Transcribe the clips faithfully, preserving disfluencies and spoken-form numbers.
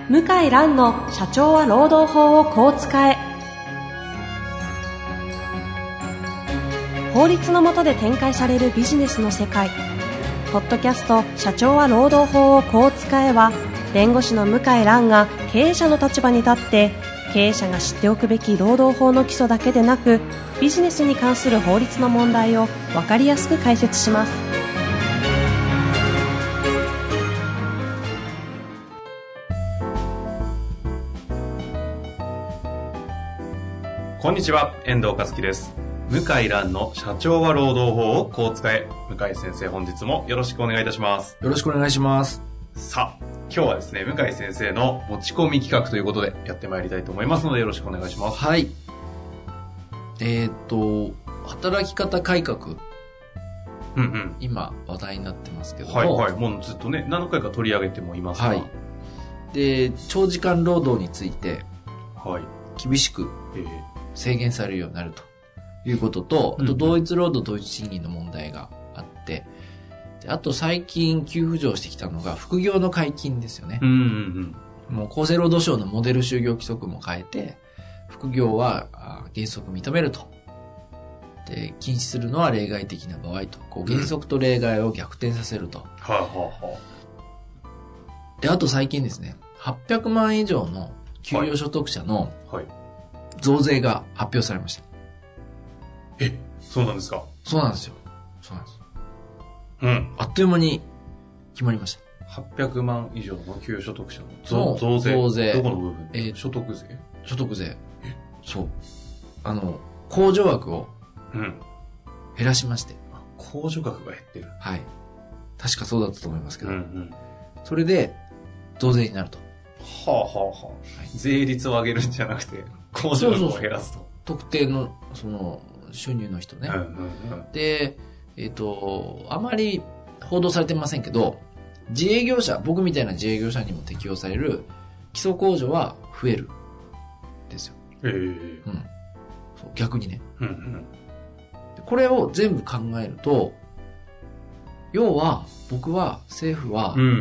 向井蘭の社長は労働法をこう使え。法律の下で展開されるビジネスの世界。ポッドキャスト社長は労働法をこう使えは、弁護士の向井蘭が経営者の立場に立って経営者が知っておくべき労働法の基礎だけでなく、ビジネスに関する法律の問題を分かりやすく解説します。 こんにちは、遠藤和樹です。向井蘭の社長は労働法をこう使え。向井先生、本日もよろしくお願いいたします。 よろしくお願いします。 さあ、今日はですね、向井先生の持ち込み企画ということでやってまいりたいと思いますので、よろしくお願いします。 はい。えー、っと働き方改革、 うんうん、 今話題になってますけども、 はいはい、もうずっとね、何回か取り上げてもいますが、 はい、で長時間労働について厳しく制限されるようになるということと、あと同一労働同一賃金の問題があって、であと最近急浮上してきたのが副業の解禁ですよね。 うんうんうん、 もう厚生労働省のモデル就業規則も変えて、副業は原則認めると。で、禁止するのは例外的な場合と。こう原則と例外を逆転させると。 はあはあはあ。で、あと最近ですね、はっぴゃくまん以上の給与所得者の増税が発表されました。 え、そうなんですか？ そうなんですよ。そうなんです。 うん。 あっという間に決まりました。 はっぴゃくまん以上の給与所得者の増税。 増税。 どこの部分？ えー、 所得税？ 所得税。そう。あの、控除額を減らしまして。 うん、控除額が減ってる。 はい。確かそうだったと思いますけど。 うんうん、 それで、増税になると。 はあはあはあ。はい、税率を上げるんじゃなくて、控除額を減らすと。そうそうそう。 特定の、その、収入の人ね。うんうんうん、で、えっと、あまり報道されてませんけど、自営業者、僕みたいな自営業者にも適用される基礎控除は増える。ですよ。 ええー。 うん。そう、逆にね。 うんうん。 これを全部考えると、要は、僕は、政府は、 うんうんうん。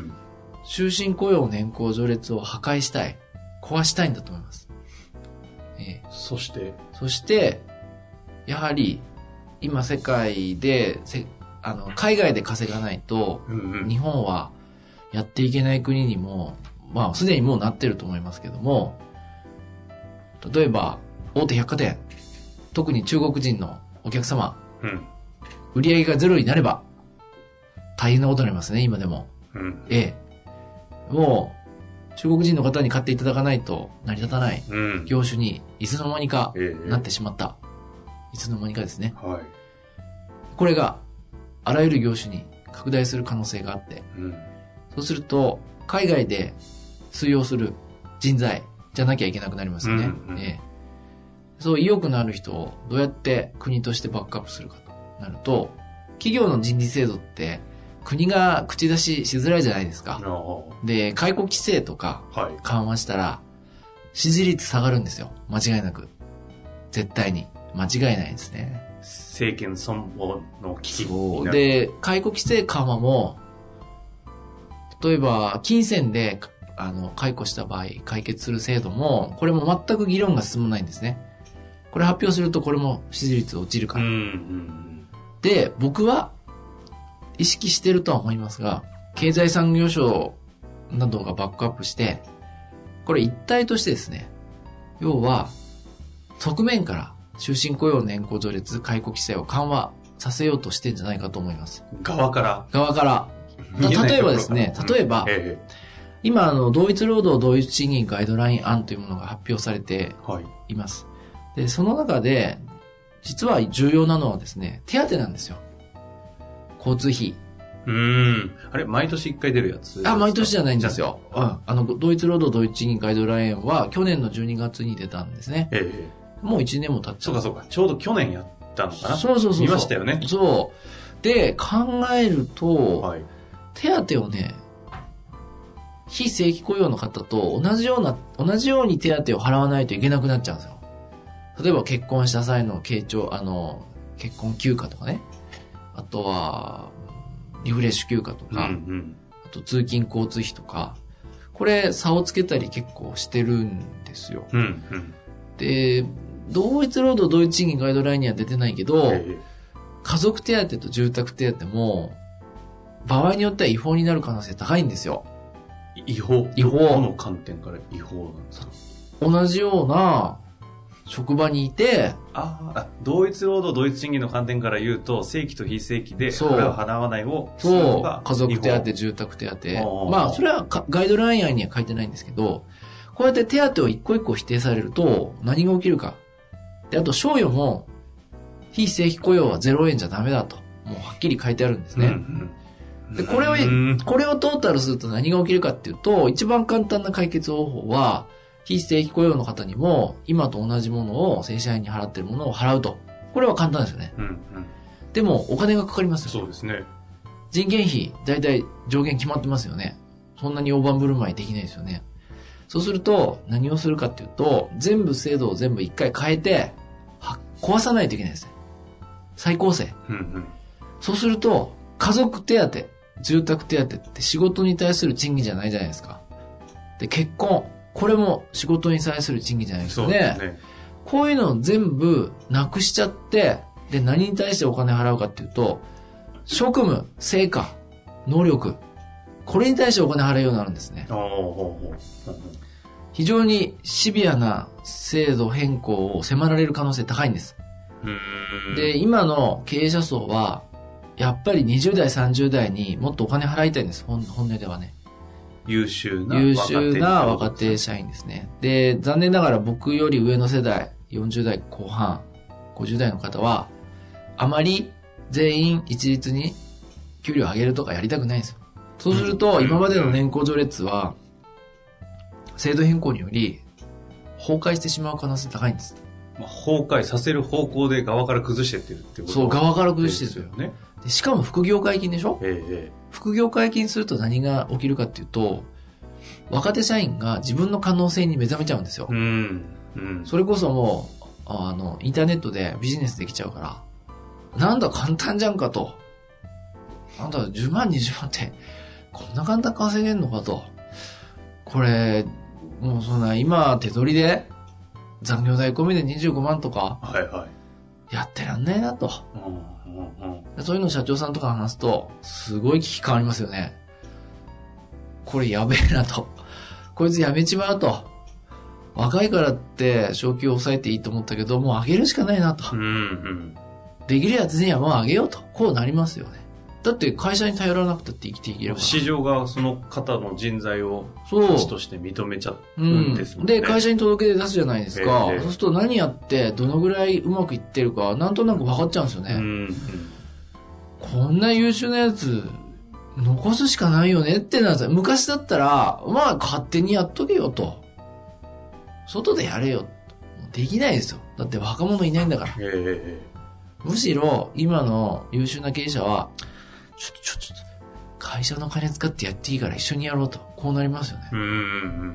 終身雇用年功序列を破壊したい。壊したいんだと思います。ええ。 そして。 そして、やはり、今世界で、せあの、海外で稼がないと、うんうん、日本はやっていけない国にも、まあ、すでにもうなってると思いますけども、例えば、大手百貨店、特に中国人のお客様、うん、売り上げがゼロになれば、大変なことになりますね、今でも。うん、ええ。もう、中国人の方に買っていただかないと成り立たない業種にいつの間にかなってしまった。ええ、いつの間にかですね。 はい、 これが、あらゆる業種に拡大する可能性があって、うん、そうすると、海外で通用する人材じゃなきゃいけなくなりますよね。うんうん、ええ、そう、意欲のある人をどうやって国としてバックアップするかとなると、企業の人事制度って国が口出ししづらいじゃないですか。で、解雇規制とか緩和したら支持率下がるんですよ。間違いなく。絶対に。間違いないですね。 政権存亡の危機になる。 そう。で、解雇規制緩和も、例えば、金銭で、あの、解雇した場合、解決する制度も、これも全く議論が進まないんですね。これ発表すると、これも支持率落ちるから。うんうんうん、で、僕は、意識してるとは思いますが、経済産業省などがバックアップして、これ一体としてですね、要は、側面から、終身雇用年功序列解雇規制を緩和させようとしてんじゃないかと思います。 側から側から。例えばですね、例えば、うん、ええ、今あの同一労働同一賃金ガイドライン案というものが発表されています。はい、で、その中で実は重要なのはですね、手当なんですよ。交通費。 うーん。あれ、毎年一回出るやつ？ あ、毎年じゃないんですよ。うん。あの同一労働同一賃金ガイドラインは去年のじゅうにがつに出たんですね。ええ。もういちねんも経っちゃう。 そうかそうか。ちょうど去年やったのかな。 そうそうそうそう。 見ましたよね。 そう。で、考えると、はい、手当をね、非正規雇用の方と同じような、同じように手当を払わないといけなくなっちゃうんですよ。例えば結婚した際の慶長、あの、結婚休暇とかね。あとは、リフレッシュ休暇とか、うんうん、あと通勤交通費とか、 これ差をつけたり結構してるんですよ。 うんうん、 で、同一労働同一賃金ガイドラインには出てないけど、家族手当と住宅手当も場合によっては違法になる可能性高いんですよ。 違法違法どの観点から違法なんですか？ 同じような職場にいて、 ああ、同一労働同一賃金の観点から言うと、正規と非正規で払う払わないをするのがそう、家族手当、住宅手当。まあ、それはガイドライン案には書いてないんですけど、こうやって手当を一個一個否定されると何が起きるか。で、あと、賞与も、非正規雇用はゼロえんじゃダメだと。もうはっきり書いてあるんですね。うんうん、で、これを、これをトータルすると何が起きるかっていうと、一番簡単な解決方法は、非正規雇用の方にも、今と同じものを正社員に払ってるものを払うと。これは簡単ですよね。うんうん、でも、お金がかかりますよ。 そうですね。 人件費、だいたい上限決まってますよね。そんなに大盤振る舞いできないですよね。そうすると、何をするかっていうと、全部制度を全部一回変えて、壊さないといけないですね。再構成。うんうん、そうすると、家族手当、住宅手当って仕事に対する賃金じゃないじゃないですか。で、結婚。これも仕事に対する賃金じゃないですかね。そうですね。こういうのを全部なくしちゃって、で、何に対してお金払うかっていうと、職務、成果、能力、これに対してお金払うようになるんですね。非常にシビアな制度変更を迫られる可能性高いんです。で、今の経営者層は、やっぱりにじゅう代、さんじゅう代にもっとお金払いたいんです。本音ではね。 優秀な優秀な若手社員ですね。で、残念ながら僕より上の世代、よんじゅう代後半、ごじゅう代の方は、あまり全員一律に給料上げるとかやりたくないんですよ。そうすると、今までの年功序列は、制度変更により、崩壊してしまう可能性高いんです。 まあ、崩壊させる方向で側から崩してってるってことそう、側から崩してるんですよね。でしかも副業解禁でしょ、ええ、副業解禁すると何が起きるかっていうと、若手社員が自分の可能性に目覚めちゃうんですよ。うんうん、それこそもう、あの、インターネットでビジネスできちゃうから、なんだ簡単じゃんかと。なんだじゅうまん、にじゅうまんって、こんな簡単に稼げんのかと。これ、もうそんな今手取りで残業代込みでにじゅうごまんとか、はいはい、やってらんないなと。うんうんうん、そういうのを社長さんとか話すと、すごい危機感ありますよね。これやべえなと。こいつやめちまうと。若いからって昇給を抑えていいと思ったけど、もう上げるしかないなと。うんうん、できるやつにはもう上げようと。こうなりますよね。だって会社に頼らなくたって生きていければ。 市場がその方の人材を価値として認めちゃうんですもんね。 うん、で、会社に届け出出すじゃないですか。えー、そうすると何やってどのぐらいうまくいってるかなんとなく分かっちゃうんですよね。うんうん、こんな優秀なやつ残すしかないよねってなるんですよ。昔だったら、まあ勝手にやっとけよと。外でやれよ。できないですよ。だって若者いないんだから。えー、むしろ今の優秀な経営者は、ちょっとちょっとちょっと会社の金使ってやっていいから一緒にやろうと。こうなりますよね。うんうんうん、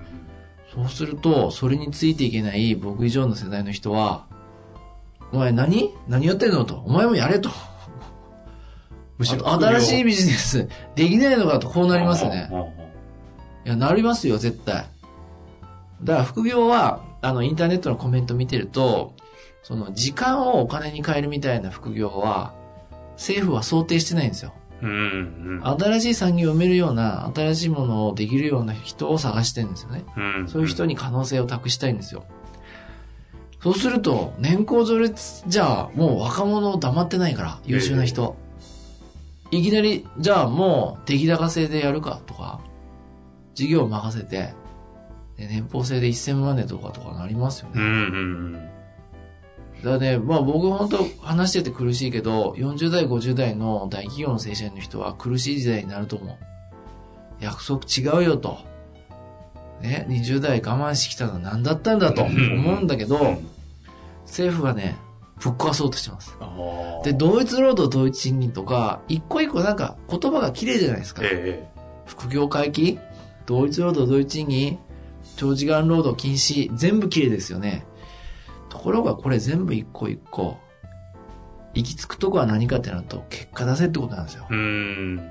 そうすると、それについていけない僕以上の世代の人は、お前何何やってんのと。お前もやれと。むしろ新しいビジネスできないのかと、こうなりますよね。いや、なりますよ、絶対。だから副業は、あの、インターネットのコメント見てると、その、時間をお金に変えるみたいな副業は、政府は想定してないんですよ。うんうん、新しい産業を埋めるような、新しいものをできるような人を探してるんですよね。うんうん、そういう人に可能性を託したいんですよ。そうすると、年功序列じゃあ、もう若者黙ってないから、優秀な人。えー、いきなり、じゃあもう、出来高制でやるかとか、事業を任せて、で年俸制でせんまんねんとかとかなりますよね。うんうんうんだからね、まあ僕本当話してて苦しいけど、よんじゅう代、ごじゅう代の大企業の正社員の人は苦しい時代になると思う。約束違うよと。ね、にじゅう代我慢してきたのは何だったんだと思うんだけど、政府はね、ぶっ壊そうとしてます。で、同一労働同一賃金とか、一個一個なんか言葉が綺麗じゃないですか。ええ、副業回帰、同一労働同一賃金、長時間労働禁止、全部綺麗ですよね。ところがこれ全部一個一個、行き着くとこは何かってなると、結果出せってことなんですよ。うーん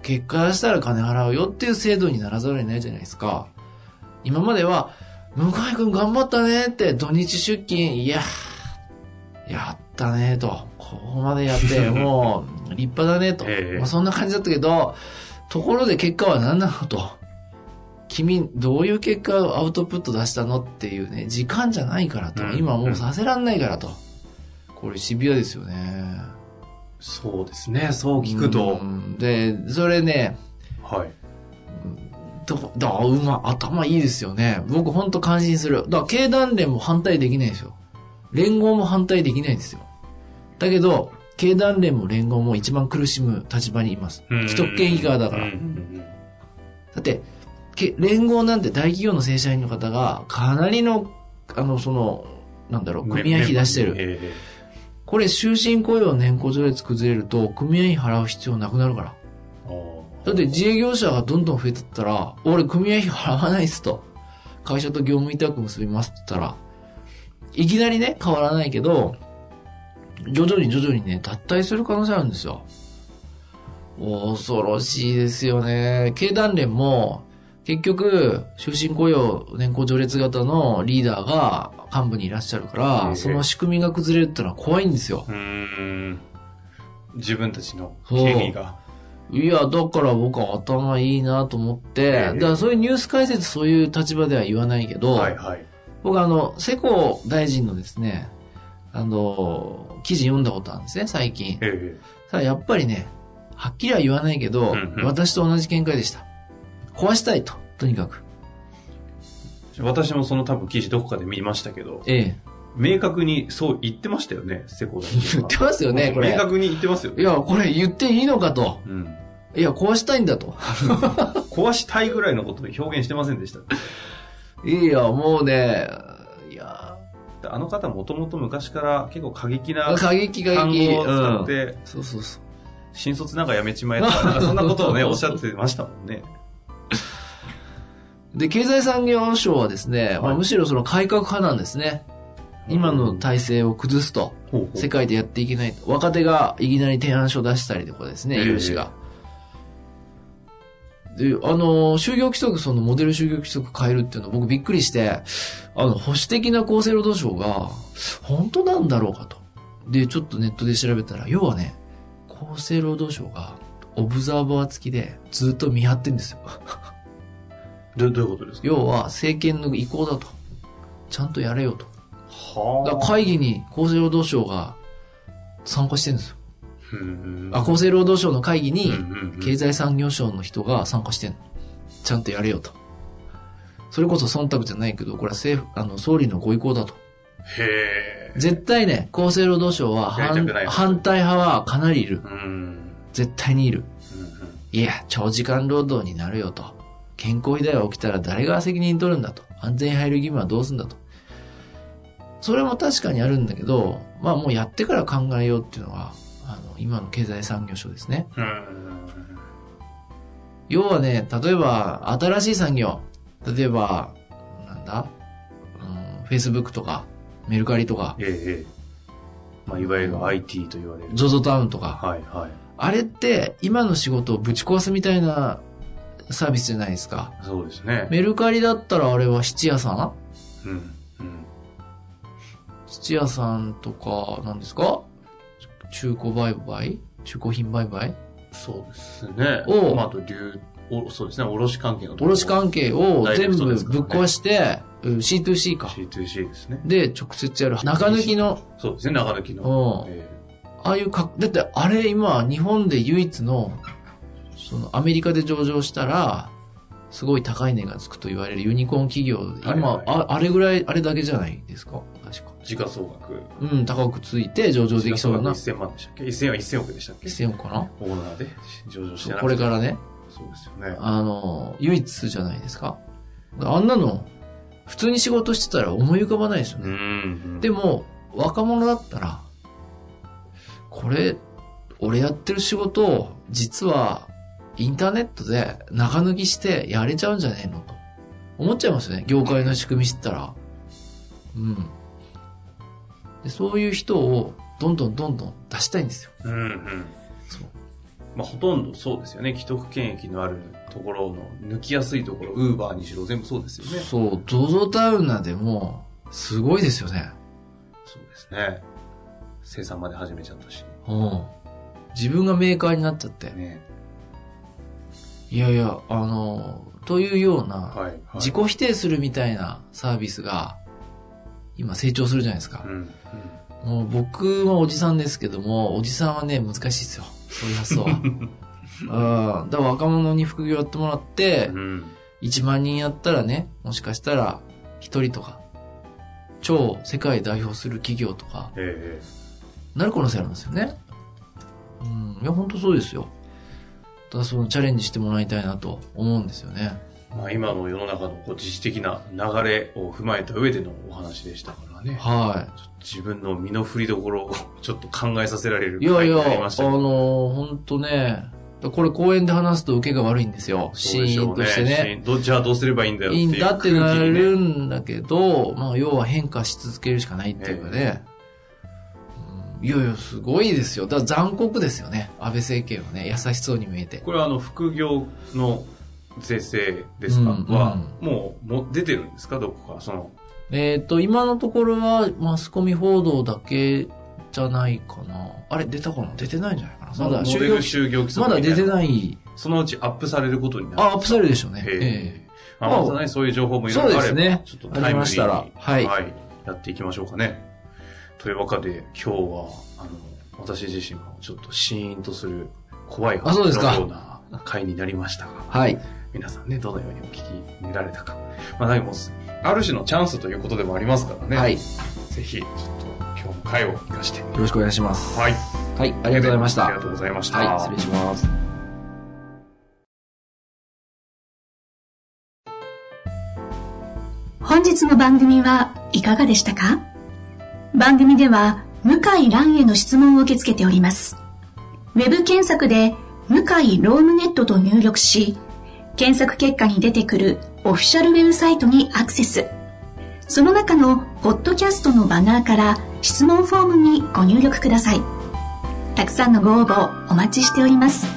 結果出したら金払うよっていう制度にならざるを得ないじゃないですか。今までは、向井くん頑張ったねって、土日出勤、いやー、やったねと、ここまでやって、もう、立派だねと、えーまあ、そんな感じだったけど、ところで結果は何なのと。君、どういう結果をアウトプット出したのっていうね、時間じゃないからと、うん、今もうさせらんないからと。これシビアですよね。 そうですね、そう聞くと。 うん、で、それね、 はい。 ど、だ、うま、頭いいですよね。僕ほんと感心する。だから経団連も反対できないですよ。連合も反対できないですよ。だけど、経団連も連合も一番苦しむ立場にいます。既得権益側だから。だって、連合なんて大企業の正社員の方がかなりの、あの、その、なんだろう、組合費出してる。これ終身雇用年功序列崩れると組合費払う必要なくなるから。だって自営業者がどんどん増えてったら、俺組合費払わないっすと。会社と業務委託結びますって言ったら、いきなりね、変わらないけど、徐々に徐々にね、脱退する可能性あるんですよ。恐ろしいですよね。経団連も、結局、終身雇用年功序列型のリーダーが幹部にいらっしゃるから、その仕組みが崩れるってのは怖いんですよ。 うーん、自分たちの権威が。 いや、だから僕は頭いいなと思って、だからそういうニュース解説そういう立場では言わないけど、 はいはい、 僕あの、世耕大臣のですね、あの、記事読んだことあるんですね、最近。 ええ、ただやっぱりね、はっきりは言わないけど、うんうん、私と同じ見解でした。壊したいと、とにかく。 私もその多分記事どこかで見ましたけど、 ええ、 明確にそう言ってましたよね、世耕大臣は。言ってますよね、これ。 明確に言ってますよね。 いや、これ言っていいのかと。 うん、 いや、壊したいんだと。 壊したいぐらいのことで表現してませんでした。 いや、もうね、いや。 あの方もともと昔から結構過激な過激過激単語を使って、 うん、そうそうそう。 新卒なんかやめちまえとか、なんかそんなことをね、おっしゃってましたもんね。 で、経済産業省はですね、はい、まあ、むしろその改革派なんですね。今の体制を崩すと、うん、世界でやっていけないと。若手がいきなり提案書出したりとかですね、有志が。で、あの、就業規則、そのモデル就業規則変えるっていうの僕びっくりして、あの、保守的な厚生労働省が、本当なんだろうかと。で、ちょっとネットで調べたら、要はね、厚生労働省が、オブザーバー付きで、ずっと見張ってんですよ。 ど, どういうことですか？ 要は、政権の意向だと。ちゃんとやれよと。 はあ。 だから会議に厚生労働省が参加してるんですよ。 うんあ、厚生労働省の会議に、経済産業省の人が参加してんの。ちゃんとやれよと。それこそ忖度じゃないけど、これは政府、あの、総理のご意向だと。 へー。 絶対ね、厚生労働省は反、反対派はかなりいる。 うん絶対にいる。 うんうん、 いや、長時間労働になるよと。健康被害が起きたら誰が責任取るんだと。安全配慮義務はどうすんだと。それも確かにあるんだけど、まあもうやってから考えようっていうのが、あの、今の経済産業省ですね。 うん要はね、例えば、新しい産業。例えば、なんだ、うん、Facebook とか、メルカリとか。 ええ。まあ、いわゆる アイティー と言われる。 ゾゾタウンとか。 はいはい。 あれって、今の仕事をぶち壊すみたいなサービスじゃないですか。 そうですね。 メルカリだったらあれは質屋さんうん。うん。 質屋さんとか、何ですか？中古売買？中古品売買？ そうですね。 を、 まあ、あと流、おそうですね、卸関係のところ。 卸関係を全部ぶっ壊して、シーツーシー か。 シーツーシー ですね。 で、直接やる。中抜きの。 そうですね、中抜きの。 えー、ああいうか、だってあれ今、日本で唯一の、その、アメリカで上場したら、すごい高い値がつくと言われるユニコーン企業、今、はいはい、あ、あれぐらい、あれだけじゃないですか確か。 時価総額。 うん、高くついて上場できそうな。 いっせんまんでしたっけ ?いっせん はせんおくでしたっけ ?いっせんおくかなオーナーで上場してなくて。 これからね。 そうですよね。 あの、唯一じゃないですか。あんなの、普通に仕事してたら思い浮かばないですよね。 うん、うん、 でも、若者だったら、これ、俺やってる仕事を、実は、インターネットで中抜きしてやれちゃうんじゃねえのと。思っちゃいますよね。業界の仕組み知ったら。うん。でそういう人を、どんどんどんどん出したいんですよ。 うんうん。 そう。 まあ、ほとんどそうですよね。既得権益のあるところの抜きやすいところ、ウーバーにしろ全部そうですよね。 そう、ゾゾタウンなんでもう、すごいですよね。 そうですね。生産まで始めちゃったし。 うん。自分がメーカーになっちゃって。ね。いやいや、あの、というような、はいはい、自己否定するみたいなサービスが、今成長するじゃないですか。うんうん、もう僕もおじさんですけども、おじさんはね、難しいですよ。そういう発想は。あだから若者に副業やってもらって、うん、いちまんにんやったらね、もしかしたらひとりとか、超世界代表する企業とか、ええ、なる可能性ありますよね。うん、いや、本当そうですよ。だからそのチャレンジしてもらいたいなと思うんですよね。 まあ今の世の中のこう自主的な流れを踏まえた上でのお話でしたからね。はい。自分の身の振りどころをちょっと考えさせられる回になりました。 いやいや、あの、本当ね、これ公演で話すと受けが悪いんですよ。シーンとしてね。 ど、じゃあどうすればいいんだよっていう、ね。 いいんだってなるんだけど、まあ要は変化し続けるしかないっていうかね。いやいや、すごいですよ。だから残酷ですよね。安倍政権はね、優しそうに見えて。 これはあの、副業の税制ですか、うんうん、は、もう、もう出てるんですかどこか、その。 えっと、今のところは、マスコミ報道だけじゃないかな。あれ、出たかな出てないんじゃないかな。まだ、 モデル就業規則まだ出てない。 そのうちアップされることになる。 あ、アップされるでしょうね。ええー。まあ、またね、そういう情報もいろいろあれば、そうですね、ちょっとタイムリーに、はい、はい、やっていきましょうかね。というわけで、今日は、あの、私自身もちょっとシーンとする怖い話のような回になりましたが、はい。皆さんね、どのようにお聞きになられたか。まあでも、ある種のチャンスということでもありますからね。はい。ぜひ、ちょっと今日の回を生かして。よろしくお願いします。 はい。 はい、ありがとうございました。 ありがとうございました。 はい、失礼します。 本日の番組はいかがでしたか？番組では、向井蘭への質問を受け付けております。ウェブ検索で向井ロームネットと入力し、検索結果に出てくるオフィシャルウェブサイトにアクセス。その中のポッドキャストのバナーから質問フォームにご入力ください。たくさんのご応募お待ちしております。